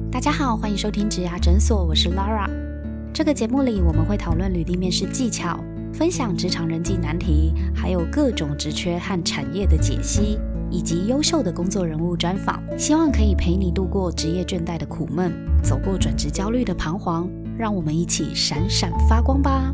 大家好，欢迎收听职涯诊所，我是 Lara。 这个节目里我们会讨论履历面试技巧，分享职场人际难题，还有各种职缺和产业的解析，以及优秀的工作人物专访，希望可以陪你度过职业倦怠的苦闷，走过转职焦虑的彷徨，让我们一起闪闪发光吧。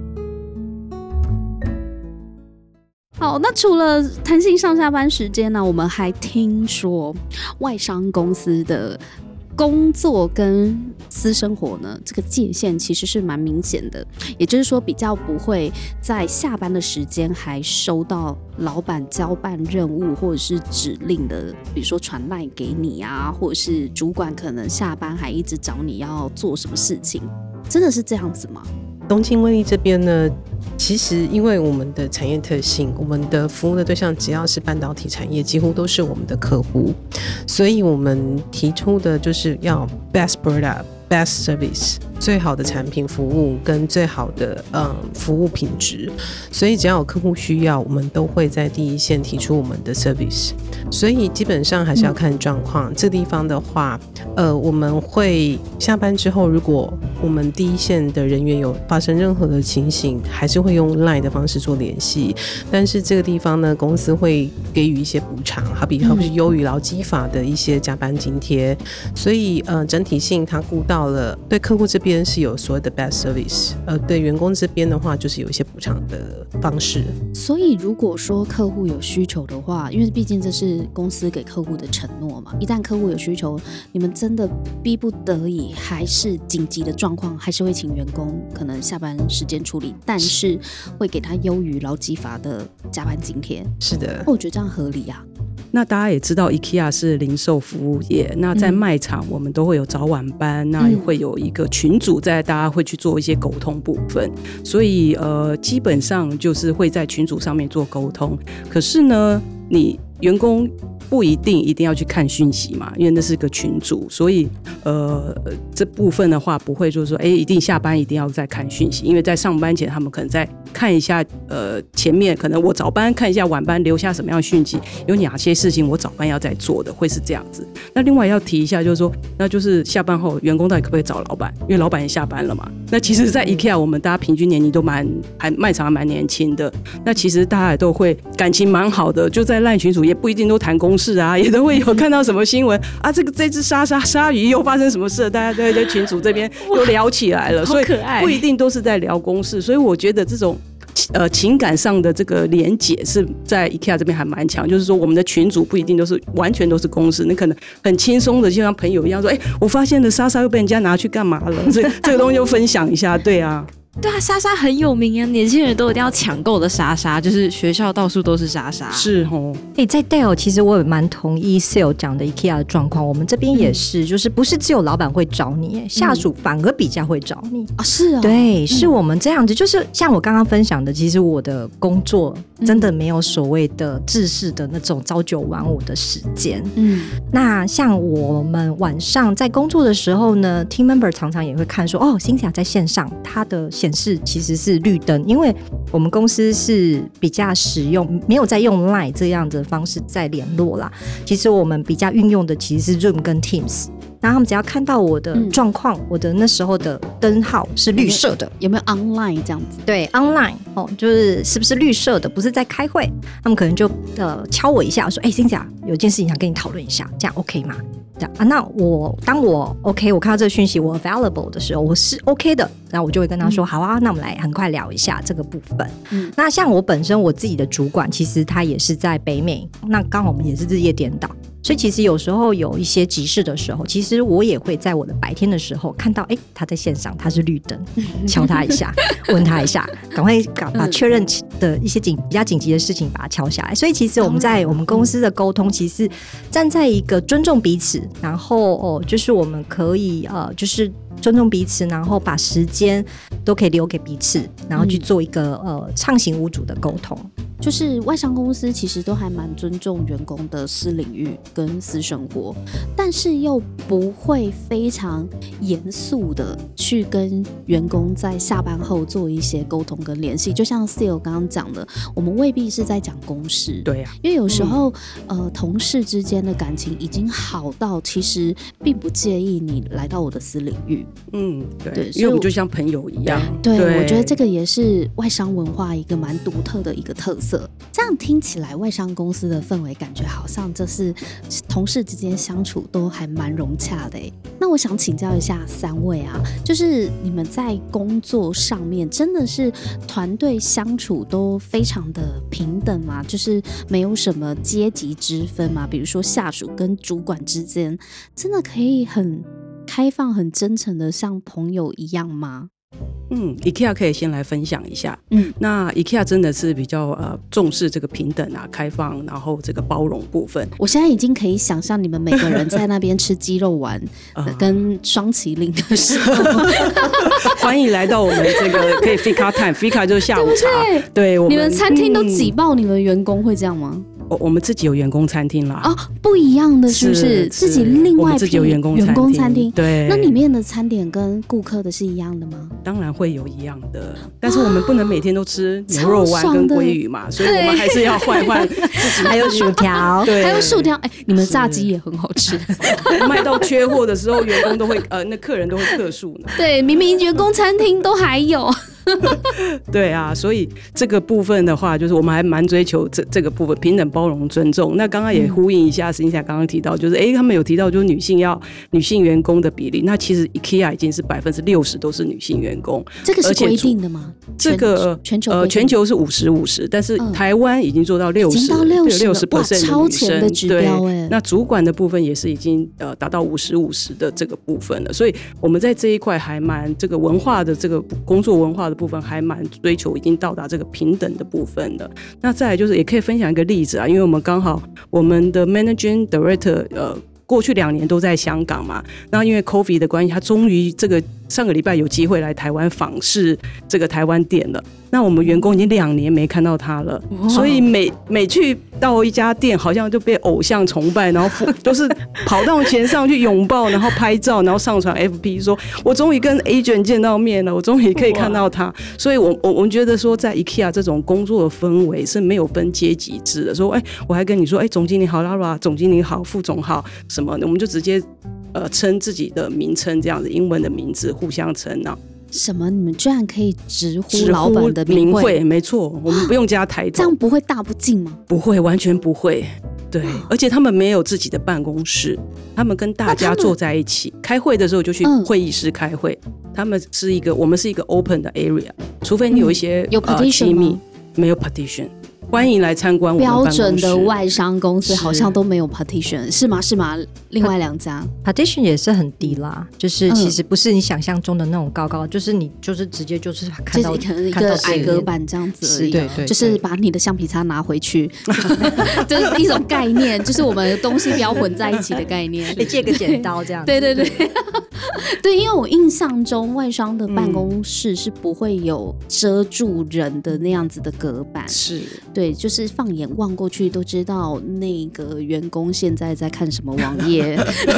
好，那除了弹性上下班时间呢，我们还听说外商公司的工作跟私生活呢，这个界限其实是蛮明显的，也就是说比较不会在下班的时间还收到老板交办任务或者是指令的，比如说传赖给你啊，或者是主管可能下班还一直找你要做什么事情，真的是这样子吗？ 东京威力这边呢，其实因为我们的产业特性，我们的服务的对象只要是半导体产业，几乎都是我们的客户，所以我们提出的就是要 best product、best service， 最好的产品服务跟最好的服务品质，所以只要有客户需要，我们都会在第一线提出我们的 service， 所以基本上还是要看状况。这地方的话，我们会下班之后，如果我们第一线的人员有发生任何的情形，还是会用 LINE 的方式做联系，但是这个地方呢，公司会给予一些补偿，好比优于劳基法的一些加班津贴，所以整体性它顾到了对客户这边是有所谓的 best service， 对员工这边的话就是有一些补偿的方式。 所以如果说客户有需求的话，因为毕竟这是公司给客户的承诺嘛，一旦客户有需求，你们真的逼不得已还是紧急的状况，还是会请员工可能下班时间处理，但是会给他优于劳基法的加班津贴。 是的， 我觉得这样合理啊。 那大家也知道 IKEA 是零售服务业，那在卖场我们都会有早晚班，那会有一个群组在，大家会去做一些沟通部分，所以基本上就是会在群组上面做沟通。可是呢，你员工不一定要去看讯息嘛，因为那是个群组，所以这部分的话不会就是说一定下班一定要再看讯息，因为在上班前他们可能在看一下前面可能我早班看一下晚班留下什么样的讯息，有哪些事情我早班要再做的，会是这样子。那另外要提一下就是说，那就是下班后员工到底可不可以找老板，因为老板也下班了嘛。那其实在 IKEA 我们大家平均年龄都卖场还蛮年轻的，那其实大家也都会感情蛮好的，就在 LINE 群组也不一定都谈公事啊，也都会有看到什么新闻啊，这只鲨鱼又发生什么事了，大家都在群组这边又聊起来了，所以不一定都是在聊公事。所以我觉得这种情感上的这个连结是在 IKEA 这边还蛮强，就是说我们的群组不一定都是完全都是公事，你可能很轻松的就像朋友一样说，我发现了莎莎又被人家拿去干嘛了，所以这个东西就分享一下。对啊， 对啊，莎莎很有名啊，年轻人都一定要抢购的莎莎，就是学校到处都是莎莎。 是哦， 在 Dell 其实我也蛮同意 Sale 讲的 IKEA 的状况，我们这边也是，就是不是只有老板会找你，下属反而比较会找你啊。是啊， 对，是我们这样子，就是像我刚刚分享的，其实我的工作真的没有所谓的制式的那种朝9晚5的时间。那像我们晚上在工作的时候呢 ，Team Member 常常也会看说，Cynthia 在线上，他的显示其实是绿灯，因为我们公司是比较使用没有在用 LINE 这样的方式在联络啦，其实我们比较运用的其实是 Zoom 跟 Teams， 然后他们只要看到我的状况，我的那时候的灯号是绿色的， 有没有 online 这样子？ 对 online 就是是不是绿色的，不是在开会，他们可能就敲我一下说Cynthia 有件事情想跟你讨论一下，这样 OK 吗？那当我 OK 我看到这个讯息我 available 的时候，我是 OK 的，然后我就会跟他说好啊，那我们来很快聊一下这个部分。那像我本身我自己的主管其实他也是在北美，那刚好我们也是日夜颠倒，所以其实有时候有一些急事的时候，其实我也会在我的白天的时候看到他在线上，他是绿灯，敲他一下问他一下，赶快把确认的一些比较紧急的事情把它敲下来。所以其实我们在我们公司的沟通，其实站在一个尊重彼此，然后就是我们可以就是尊重彼此，然后把时间都可以留给彼此，然后去做一个畅行无阻的沟通。 就是外商公司其实都还蛮尊重员工的私领域跟私生活，但是又不会非常严肃的去跟员工在下班后做一些沟通跟联系。就像 Seal 刚刚讲的，我们未必是在讲公事， 对啊， 因为有时候、同事之间的感情已经好到其实并不介意你来到我的私领域。 对，因为我们就像朋友一样。 对，我觉得这个也是外商文化一个蛮独特的一个特色。这样听起来，外商公司的氛围感觉好像这是同事之间相处都还蛮融洽的。那我想请教一下三位啊，就是你们在工作上面真的是团队相处都非常的平等吗？就是没有什么阶级之分吗？比如说下属跟主管之间真的可以很开放很真诚的像朋友一样吗 ？IKEA 可以先来分享一下。那 IKEA 真的是比较重视这个平等啊、开放，然后这个包容部分。 我现在已经可以想象你们每个人在那边吃鸡肉丸跟双麒麟的时候， 欢迎来到我们这个可以 Fika Time，Fika 就是下午茶。对， 你们餐厅都挤爆你们员工会这样吗？ 我们自己有员工餐厅啦。 不一样的是不是？自己另外我们自己有员工餐厅。对， 那里面的餐点跟顾客的是一样的吗？ 当然会有一样的，但是我们不能每天都吃牛肉丸跟鲑鱼嘛，所以我们还是要换自己。 还有薯条， 对， 还有薯条。你们炸鸡也很好吃。 卖到缺货的时候，员工都会那客人都会客诉呢。 对，明明员工餐厅都还有。 对啊，所以这个部分的话，就是我们还蛮追求这个部分平等、包容、尊重。那刚刚也呼应一下，实际上刚刚提到，就是他们有提到就是女性员工的比例，那其实 IKEA 已经是60%都是女性员工， 这个是规定的吗？ 这个全球是50-50，但是台湾已经做到60%， 超前的指标那主管的部分也是已经达到50-50的这个部分了，所以我们在这一块还蛮这个文化的这个工作文化的部分还蛮追求已经到达这个平等的部分的。那再来就是也可以分享一个例子啊，因为我们刚好我们的 Managing Director 过去2年都在香港嘛，那因为 COVID 的关系，他终于这个上个礼拜有机会来台湾访视这个台湾店了。那我们员工已经2年没看到他了，所以每去到一家店，好像就被偶像崇拜，然后都是跑到前上去拥抱，然后拍照，然后上传 FB 说：“我终于跟 agent 见到面了，我终于可以看到他。”所以我们觉得说，在 IKEA 这种工作的氛围是没有分阶级制的。说，我还跟你说，总经理好 ，Lara 总经理好，副总好什么的，我们就直接称自己的名称，这样子英文的名字互相称啊。 什么？你们居然可以直呼老板的名讳？ 没错，我们不用加抬头， 这样不会大不敬吗？ 不会，完全不会。对，而且他们没有自己的办公室，他们跟大家坐在一起，开会的时候就去会议室开会。我们是一个 open 的 area， 除非你有一些有 partition 吗？ 没有 partition。欢迎来参观我们办公室。 标准的外商公司好像都没有 partition， 是吗？另外2家 partition 也是很低啦，就是其实不是你想象中的那种高，就是你就是直接就是看到可能一个矮隔板这样子而已，对，就是把你的橡皮擦拿回去，就是一种概念，就是我们东西不要混在一起的概念。 借个剪刀这样子。 对对，因为我印象中外商的办公室是不会有遮住人的那样子的隔板， 是。 对，就是放眼望过去都知道那个员工现在在看什么网页，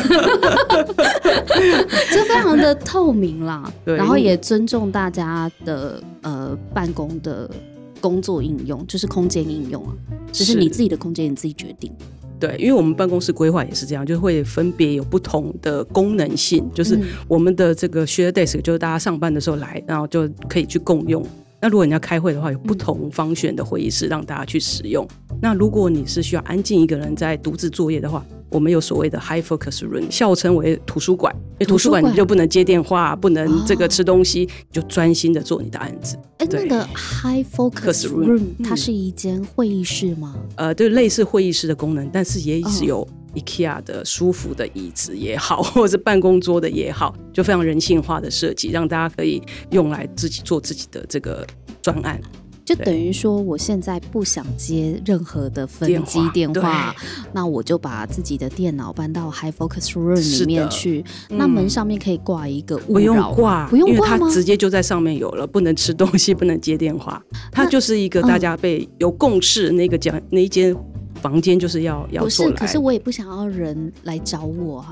就非常的透明啦。然后也尊重大家的办公的工作应用，就是空间应用啊，就是你自己的空间你自己决定。 对，因为我们办公室规划也是这样，就会分别有不同的功能性，就是我们的这个 share desk 就是大家上班的时候来，然后就可以去共用。那如果你要开会的话，有不同方选的会议室让大家去使用。那如果你是需要安静一个人在独自作业的话，我们有所谓的 high focus room， 笑称为图书馆。因为图书馆你就不能接电话，不能这个吃东西，你就专心的做你的案子。 那个 high focus room 它是一间会议室吗？ 对，类似会议室的功能，但是也是有 IKEA 的舒服的椅子也好，或者是办公桌的也好，就非常人性化的设计，让大家可以用来自己做自己的这个专案。 就等于说我现在不想接任何的分机电话，那我就把自己的电脑搬到 High Focus Room 里面去。那门上面可以挂一个勿扰， 不用挂， 不用挂吗？ 因为它直接就在上面有了，不能吃东西，不能接电话，它就是一个大家被有共识那一间房间就是要不是， 做来。 可是我也不想要人来找我啊。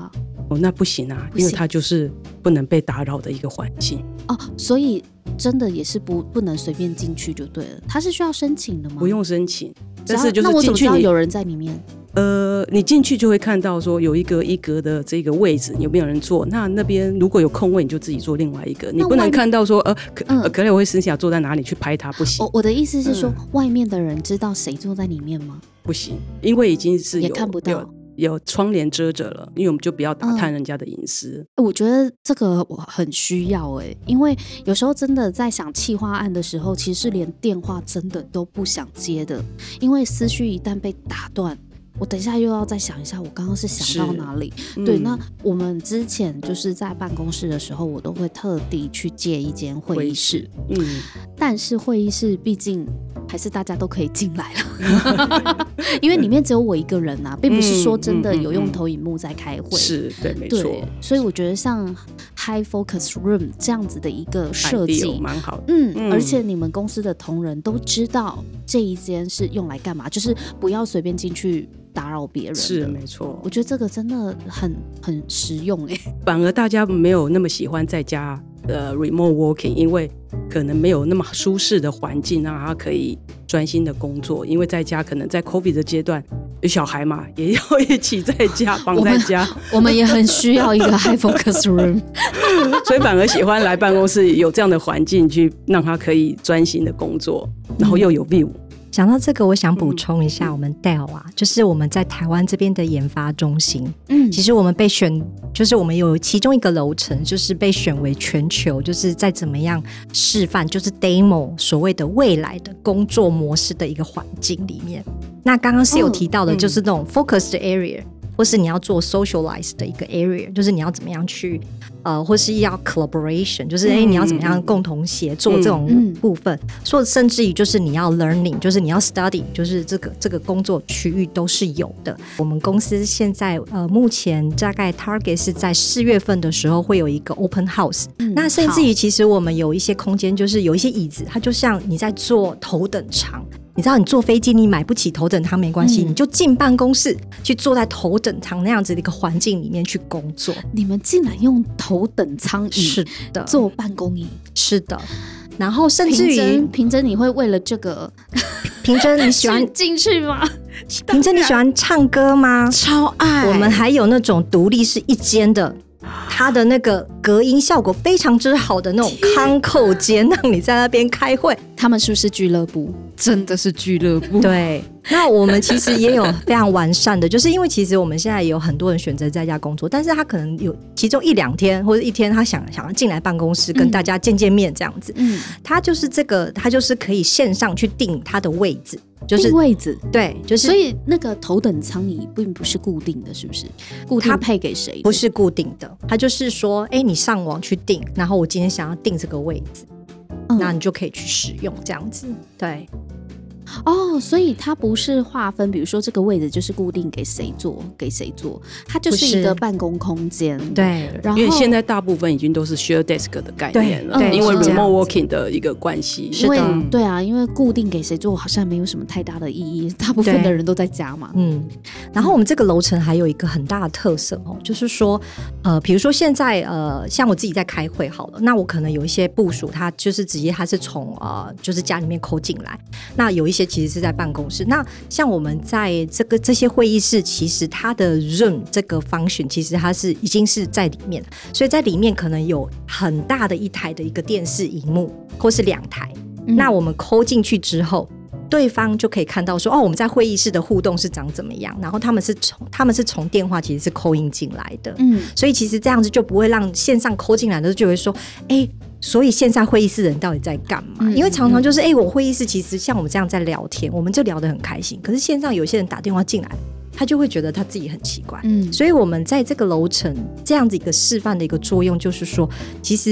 那不行啊，因为它就是不能被打扰的一个环境哦，所以真的也是不能随便进去就对了，它是需要申请的吗？ 不用申请，但是就是那我怎么知道进去你有人在里面？ 你进去就会看到说有一格一格的这个位置有没有人坐，那边如果有空位你就自己坐另外一个，你不能看到说可能我会私下坐在哪里去拍他，不行。 我的意思是说，外面的人知道谁坐在里面吗？ 不行，因为已经是也看不到。 有窗帘遮着了，因为我们就不要打探人家的隐私。 我觉得这个我很需要因为有时候真的在想企划案的时候，其实连电话真的都不想接的，因为思绪一旦被打断，我等一下又要再想一下，我刚刚是想到哪里？对，那我们之前就是在办公室的时候，我都会特地去借一间会议室。但是会议室毕竟还是大家都可以进来了，因为里面只有我一个人啊，并不是说真的有用投影幕在开会。 是，对，没错。 所以我觉得像 High Focus Room 这样子的一个设计蛮好的。 而且你们公司的同仁都知道这一间是用来干嘛，就是不要随便进去打扰别人。 是，没错。 我觉得这个真的很实用反而大家没有那么喜欢在家remote working， 因为可能没有那么舒适的环境让他可以专心的工作，因为在家可能在 COVID 的阶段有小孩嘛，也要一起在家绑在家我们也很需要一个 high focus room 所以反而喜欢来办公室有这样的环境去让他可以专心的工作，然后又有 view。 讲到这个，我想补充一下，我们 Dell 啊，就是我们在台湾这边的研发中心，其实我们被选，就是我们有其中一个楼层，就是被选为全球，就是在怎么样示范，就是 demo 所谓的未来的工作模式的一个环境里面。那刚刚是有提到的，就是那种 focused area，或是你要做 socialize 的一个 area， 就是你要怎么样去或是要 collaboration， 就是你要怎么样共同协作这种部分，说甚至于就是你要 learning， 就是你要 study， 就是这个工作区域都是有的。我们公司现在目前大概 target 是在4月份的时候会有一个 open house，那甚至于其实我们有一些空间，就是有一些椅子，它就像你在坐头等舱。你知道你坐飞机你买不起头等舱没关系，你就进办公室去坐在头等舱那样子的一个环境里面去工作。 你们竟然用头等舱椅是的做办公椅？ 是的。然后甚至于平真你会为了这个平真你喜欢进去吗？ 平真你喜欢唱歌吗？ 超爱。 我们还有那种独立式一间的，它的那个隔音效果非常之好的那种康扣间，让你在那边开会。 他们是不是俱乐部？ 真的是俱乐部。 对，那我们其实也有非常完善的，就是因为其实我们现在也有很多人选择在家工作，但是他可能有其中1-2天或者1天他想要进来办公室跟大家见面这样子，他就是他就是可以线上去订他的位置。就是位置， 对，就是所以那个头等舱椅并不是固定的，是不是？固定配给谁？ 不是固定的，它就是说，你上网去订，然后我今天想要订这个位置，那你就可以去使用这样子，对。 所以它不是划分，比如说这个位置就是固定给谁坐，它就是一个办公空间。 对， 然后因为现在大部分已经都是 share desk 的概念了，因为 remote working 的一个关系。 是的，对啊，因为固定给谁坐好像没有什么太大的意义，大部分的人都在家嘛。 然后我们这个楼层还有一个很大的特色就是说，比如说现在像我自己在开会好了，那我可能有一些部署，他就是直接他是从就是家里面call进来，那有一些其实是在办公室。那像我们在这些会议室，其实它的 Zoom 这个 function 其实它是已经是在里面，所以在里面可能有很大的一台的一个电视萤幕，或是2台。那我们 call 进去之后，对方就可以看到说，我们在会议室的互动是长怎么样，然后他们是从电话其实是 call in 进来的，所以其实这样子就不会让线上 call 进来的就会说，所以线上会议室的人到底在干嘛？因为常常就是我会议室其实像我们这样在聊天，我们就聊得很开心，可是线上有些人打电话进来，他就会觉得他自己很奇怪。所以我们在这个楼层这样子一个示范的一个作用，就是说其实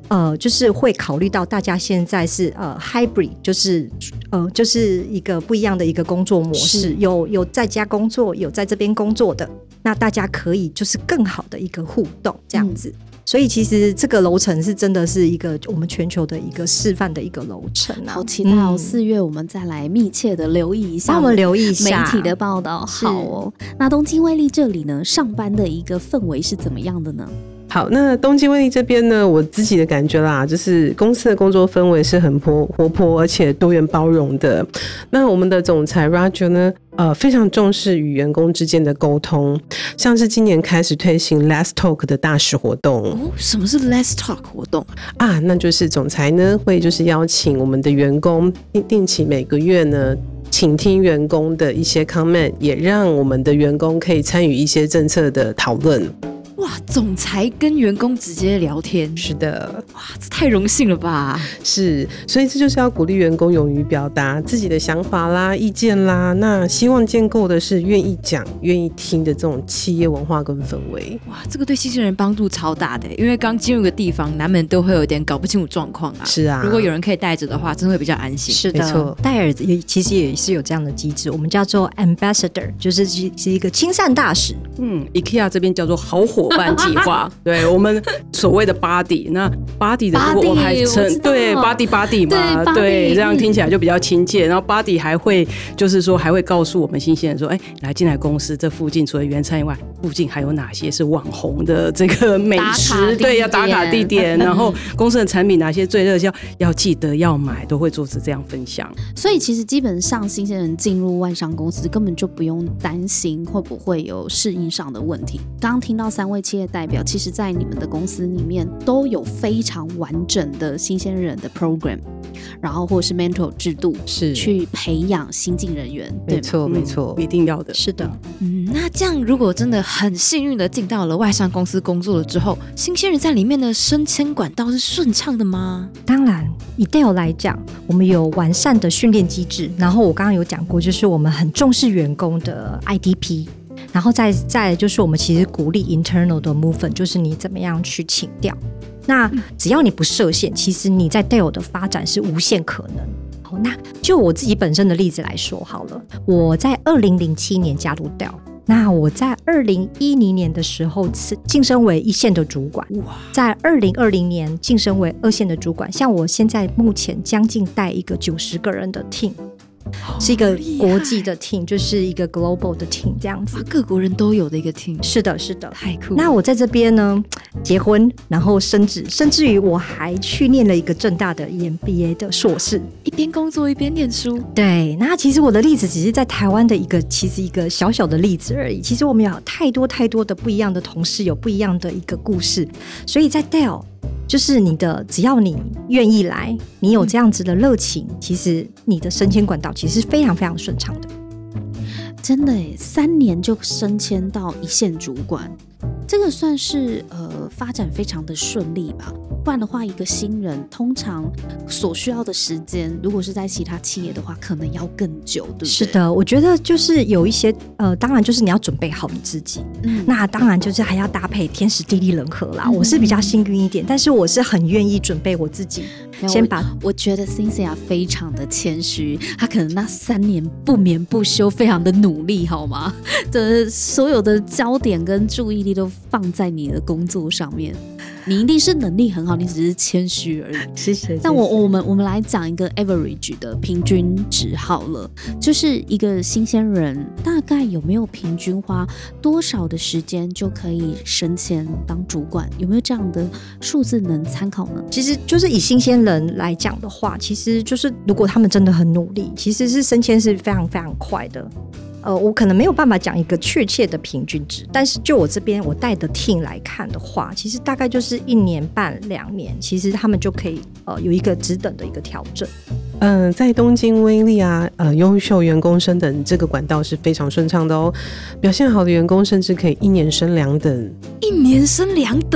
就是会考虑到大家现在是hybrid， 就是一个不一样的一个工作模式，有在家工作，有在这边工作的，那大家可以就是更好的一个互动这样子。所以其实这个楼层是真的是一个我们全球的一个示范的一个楼层啊， 好期待哦！4月我们再来密切的留意一下， 帮我们留意一下媒体的报道。好哦，那东京威力这里呢，上班的一个氛围是怎么样的呢？ 好，那东京威力这边呢，我自己的感觉啦，就是公司的工作氛围是很活泼而且多元包容的。那我们的总裁 Roger 呢，非常重视与员工之间的沟通，像是今年开始推行 Let's Talk 的大使活动。 哦，什么是 Let's Talk 活动啊？那就是总裁呢会就是邀请我们的员工定期每个月呢，倾听员工的一些 comment， 也让我们的员工可以参与一些政策的讨论。 哇，总裁跟员工直接聊天， 是的， 哇，这太荣幸了吧？ 是，所以这就是要鼓励员工勇于表达自己的想法啦、意见啦。那希望建构的是愿意讲、愿意听的这种企业文化跟氛围。 哇，这个对新鲜人帮助超大的，因为刚进入个地方，难免都会有点搞不清楚状况啊。 是啊， 如果有人可以带着的话，真的会比较安心。 是的， 没错， 戴尔其实也是有这样的机制，我们叫做 ambassador， 就是一个亲善大使。 IKEA 这边叫做好伙伴计划，对我们所谓的 Buddy， 那 Buddy 的如果我还称对 Buddy 嘛，对，这样听起来就比较亲切。然后 Buddy 还会就是说还会告诉我们新鲜人说，来进来公司这附近除了原餐以外，附近还有哪些是网红的这个美食，对，要打卡地点，然后公司的产品哪些最热销，要记得要买，都会做这样分享。 所以其实基本上新鲜人进入外商公司根本就不用担心会不会有适应上的问题。刚刚听到3位企业代表，其实在你们的公司里面都有非常完整的新鲜人的 program， 然后或是 mentor 制度， 是去培养新进人员。 没错没错， 一定要的。 是的， 那这样如果真的很幸运的进到了外商公司工作了之后，新鲜人在里面的升迁管道是顺畅的吗？ 当然，以 Dell 来讲，我们有完善的训练机制，然后我刚刚有讲过，就是我们很重视员工的 IDP。然后再来就是我们其实鼓励 internal 的 movement， 就是你怎么样去请调。那只要你不设限，其实你在 Dell 的发展是无限可能。好，那就我自己本身的例子来说好了，我在2007年加入 Dell， 那我在2010年的时候晋升为1线的主管，在2020年晋升为2线的主管。像我现在目前将近带一个90个人的 team。是一个国际的 team， 就是一个 global 的 team 这样子， 各国人都有的一个 team。 是的，是的， 太酷了。 那我在这边呢，结婚，然后升职，甚至于我还去念了一个正大的 EMBA 的硕士， 一边工作一边念书。 对，那其实我的例子只是在台湾的其实一个小小的例子而已。其实我们有太多的不一样的同事，有不一样的一个故事，所以在 Dell。就是只要你愿意来，你有这样子的热情，其实你的升迁管道其实是非常非常顺畅的。 真的耶，3年就升迁到1线主管，这个算是发展非常的顺利吧。不然的话，一个新人通常所需要的时间，如果是在其他企业的话，可能要更久，对不对？ 是的，我觉得就是有一些当然就是你要准备好你自己，那当然就是还要搭配天时地利人和啦。我是比较幸运一点，但是我是很愿意准备我自己。先把我觉得 Cynthia 非常的谦虚，她可能那3年不眠不休，非常的努力，好吗？所有的焦点跟注意力都放在你的工作上面。你一定是能力很好，你只是谦虚而已。 谢谢。 但我们来讲一个 average 的平均值好了，就是一个新鲜人大概有没有平均花多少的时间就可以升迁当主管？有没有这样的数字能参考呢？ 其实就是以新鲜人来讲的话，其实就是如果他们真的很努力，其实是升迁是非常非常快的。我可能没有办法讲一个确切的平均值，但是就我这边我带的 team 来看的话，其实大概就是1年半2年，其实他们就可以有一个职等的一个调整。 在东京威力啊，优秀员工升等这个管道是非常顺畅的哦。表现好的员工甚至可以1年升2等。 1年升2等？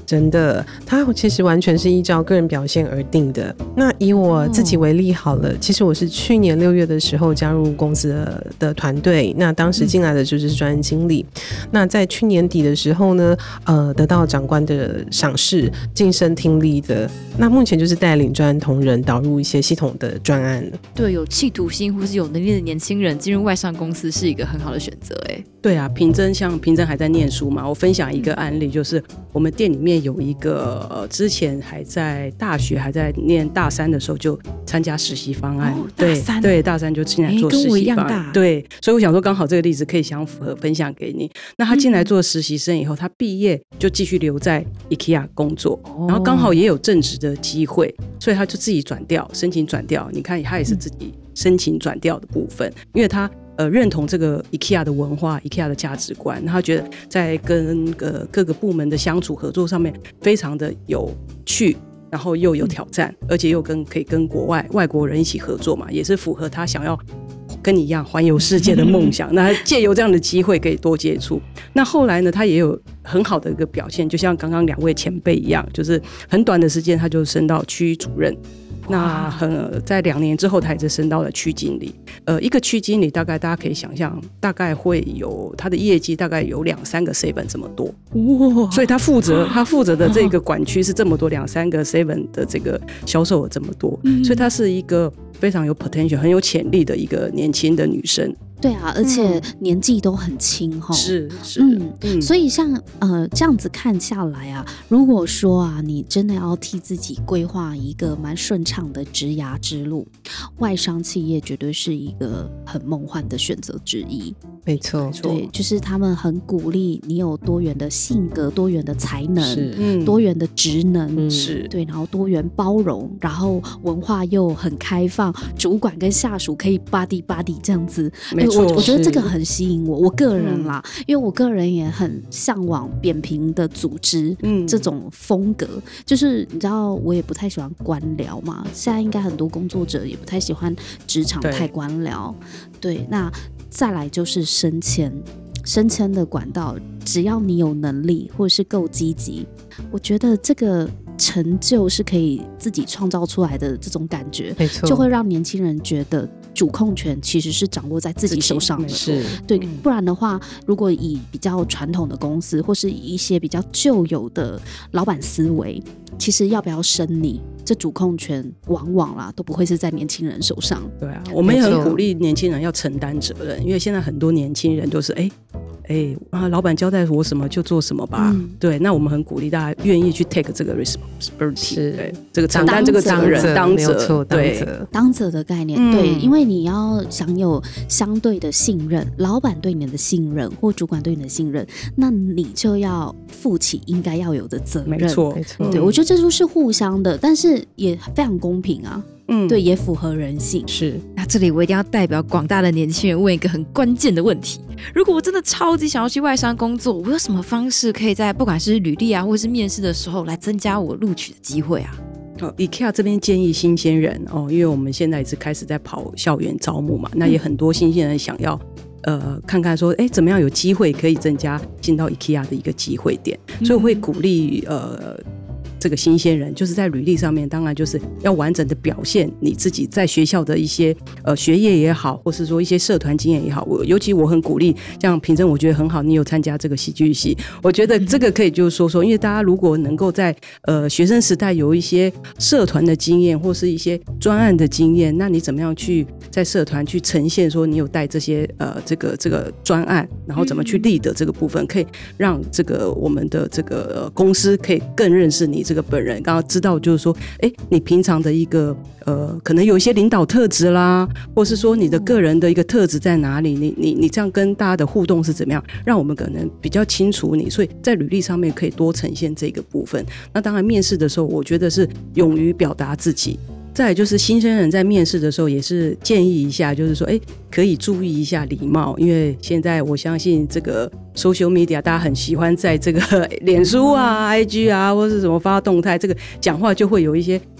真的，它其实完全是依照个人表现而定的。那以我自己为例好了，其实我是去年6月的时候加入公司的团队，那当时进来的就是专案经理。那在去年底的时候呢，得到长官的赏识，晋升听力的。那目前就是带领专案同仁导入一些系统的专案。 对，有企图心或是有能力的年轻人进入外商公司是一个很好的选择。 对啊，像平真还在念书嘛，我分享一个案例，就是我们店里面有一个之前还在大学还在念大3的时候就参加实习方案，对，大3就进来做实习方案， 跟我一样大， 对，所以我想说刚好这个例子可以相符合分享给你。那他进来做实习生以后，他毕业就继续留在 IKEA 工作，然后刚好也有正职的机会，所以他就自己申请转调。你看他也是自己申请转调的部分，因为他认同这个 IKEA 的文化 IKEA 的价值观，他觉得在跟各个部门的相处合作上面非常的有趣，然后又有挑战，而且又可以跟外国人一起合作嘛，也是符合他想要跟你一样环游世界的梦想。那借由这样的机会可以多接触。那后来呢，他也有很好的一个表现，就像刚刚2位前辈一样，就是很短的时间他就升到区域主任。那在2年之后，他也是升到了区经理。一个区经理大概大家可以想象，大概会有他的业绩大概有2-3个 7 这么多。哇！所以他负责的这个管区是这么多，2-3个 7的这个销售额这么多，所以他是一个非常有 potential 很有潜力的一个年轻的女生。 对啊，而且年纪都很轻齁。 是， 所以像这样子看下来啊，如果说啊，你真的要替自己规划一个蛮顺畅的职涯之路，外商企业绝对是一个很梦幻的选择之一。 没错， 对，就是他们很鼓励你有多元的性格、多元的才能、多元的职能， 是对，然后多元包容，然后文化又很开放，主管跟下属可以 buddy 这样子。我觉得这个很吸引我个人啦，因为我个人也很向往扁平的组织这种风格，就是你知道我也不太喜欢官僚嘛，现在应该很多工作者也不太喜欢职场太官僚，对，那再来就是升迁的管道，只要你有能力或者是够积极，我觉得这个成就是可以自己创造出来的这种感觉， 没错， 就会让年轻人觉得主控权其实是掌握在自己手上的， 是对，不然的话，如果以比较传统的公司或是以一些比较旧有的老板思维，其实要不要升你，这主控权往往啦都不会是在年轻人手上。 对啊，我们也很鼓励年轻人要承担责任，因为现在很多年轻人都是老板交代我什么就做什么吧，对，那我们很鼓励大家愿意去 take 这个 responsibility， 对，这个承担这个责任， 当责的概念，对，因为你要享有相对的信任，老板对你的信任或主管对你的信任，那你就要负起应该要有的责任， 没错， 对，我觉得这都是互相的，但是也非常公平啊。对，也符合人性。 是， 那这里我一定要代表广大的年轻人问一个很关键的问题：如果我真的超级想要去外商工作，我有什么方式可以在不管是履历啊，或是面试的时候来增加我录取的机会啊 ？IKEA 这边建议新鲜人因为我们现在也是开始在跑校园招募嘛，那也很多新鲜人想要看看说，怎么样有机会可以增加进到 IKEA 的一个机会点，所以我会鼓励这个新鲜人就是在履历上面，当然就是要完整的表现你自己在学校的一些学业也好，或是说一些社团经验也好。尤其我很鼓励，像平真我觉得很好，你有参加这个戏剧系，我觉得这个可以就是说，因为大家如果能够在学生时代有一些社团的经验，或是一些专案的经验，那你怎么样去在社团去呈现说你有带这些这个专案，然后怎么去lead的这个部分，可以让这个我们的这个公司可以更认识你这个本人，刚刚知道就是说你平常的一个可能有一些领导特质啦，或是说你的个人的一个特质在哪里，你这样跟大家的互动是怎么样，让我们可能比较清楚你，所以在履历上面可以多呈现这个部分。那当然面试的时候我觉得是勇于表达自己，再来就是新生人在面试的时候也是建议一下，就是说可以注意一下礼貌，因为现在我相信这个 social media 大家很喜欢在这个脸书啊 IG 啊或是什么发动态，这个讲话就会有一些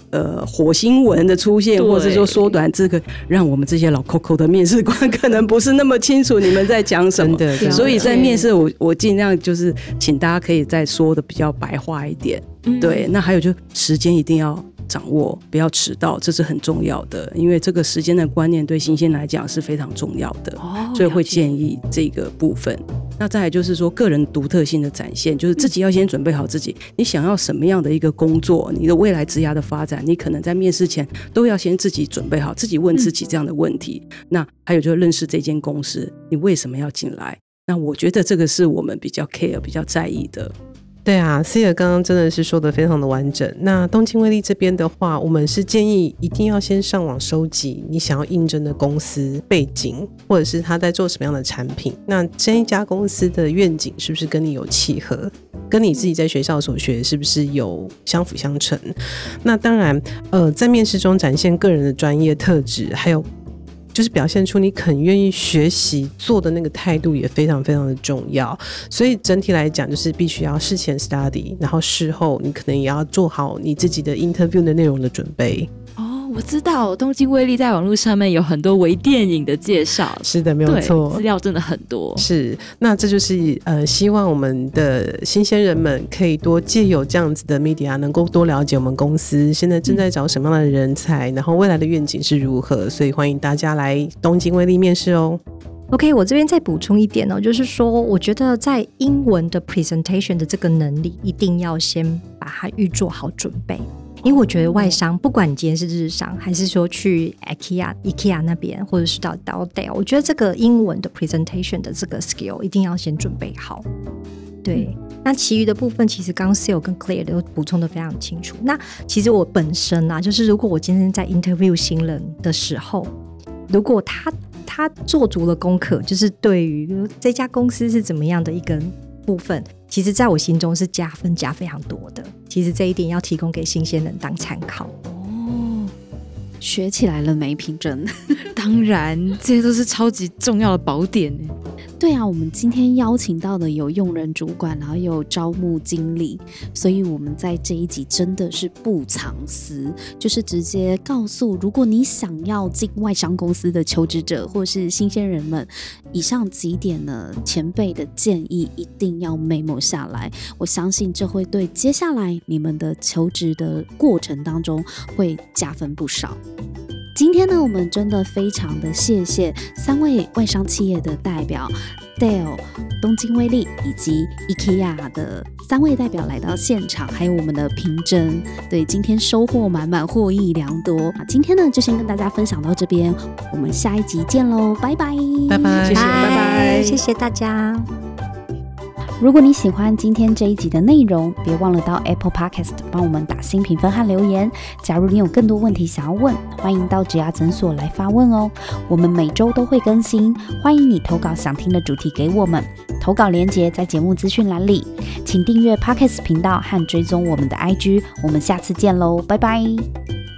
火星文的出现，或者说缩短这个，让我们这些老 Coco 的面试官可能不是那么清楚你们在讲什么。 真的， 所以在面试我尽量就是请大家可以再说的比较白话一点。对，那还有就时间一定要掌握，不要迟到，这是很重要的，因为这个时间的观念对新鲜来讲是非常重要的，所以会建议这个部分。那再来就是说个人独特性的展现，就是自己要先准备好自己，你想要什么样的一个工作，你的未来职涯的发展，你可能在面试前都要先自己准备好，自己问自己这样的问题。那还有就是认识这间公司，你为什么要进来，那我觉得这个是我们比较 care 比较在意的。 对啊 Sia 刚刚真的是说的非常的完整。那东京威力这边的话，我们是建议一定要先上网收集你想要应征的公司背景，或者是他在做什么样的产品，那这一家公司的愿景是不是跟你有契合，跟你自己在学校所学是不是有相辅相成。那当然在面试中展现个人的专业特质，还有就是表现出你肯愿意学习做的那个态度也非常非常的重要。所以整体来讲就是必须要事前 study， 然后事后你可能也要做好你自己的 interview 的内容的准备。 我知道东京威力在网络上面有很多微电影的介绍， 是的，没有错， 资料真的很多。 是，那这就是希望我们的新鲜人们可以多借由这样子的 media， 能够多了解我们公司现在正在找什么样的人才，然后未来的愿景是如何，所以欢迎大家来东京威力面试哦。 OK， 我这边再补充一点哦，就是说，我觉得在英文的 presentation 的这个能力，一定要先把它预做好准备。因为我觉得外商，不管你今天是日商，还是说去 IKEA 那边，或者是到 Dell， 我觉得这个英文的 presentation 的这个 skill 一定要先准备好。对，那其余的部分其实刚刚 Seal 跟 Claire 都补充的非常清楚。那其实我本身啊，就是如果我今天在 interview 新人的时候，如果他做足了功课，就是对于这家公司是怎么样的一个部分，其实在我心中是加分加非常多的。其实这一点要提供给新鲜人当参考。 学起来了没，品珍？ 当然，这些都是超级重要的宝典。 对啊，我们今天邀请到的有用人主管，然后有招募经理，所以我们在这一集真的是不藏私，就是直接告诉，如果你想要进外商公司的求职者或是新鲜人们，以上几点呢，前辈的建议一定要 memo 下来，我相信这会对接下来你们的求职的过程当中会加分不少。今天呢，我们真的非常的谢谢3位外商企业的代表 Dell、东京威力以及 IKEA 的3位代表来到现场，还有我们的品珍，对，今天收获满满，获益良多。今天呢，就先跟大家分享到这边，我们下一集见喽，拜拜， 拜拜， 谢谢，拜拜， 谢谢大家。 如果你喜欢今天这一集的内容，别忘了到 Apple Podcast 帮我们打新评分和留言。假如你有更多问题想要问，欢迎到职涯诊所来发问哦。我们每周都会更新，欢迎你投稿想听的主题给我们。投稿连结在节目资讯栏里。请订阅 Podcast 频道和追踪我们的 IG。我们下次见喽，拜拜。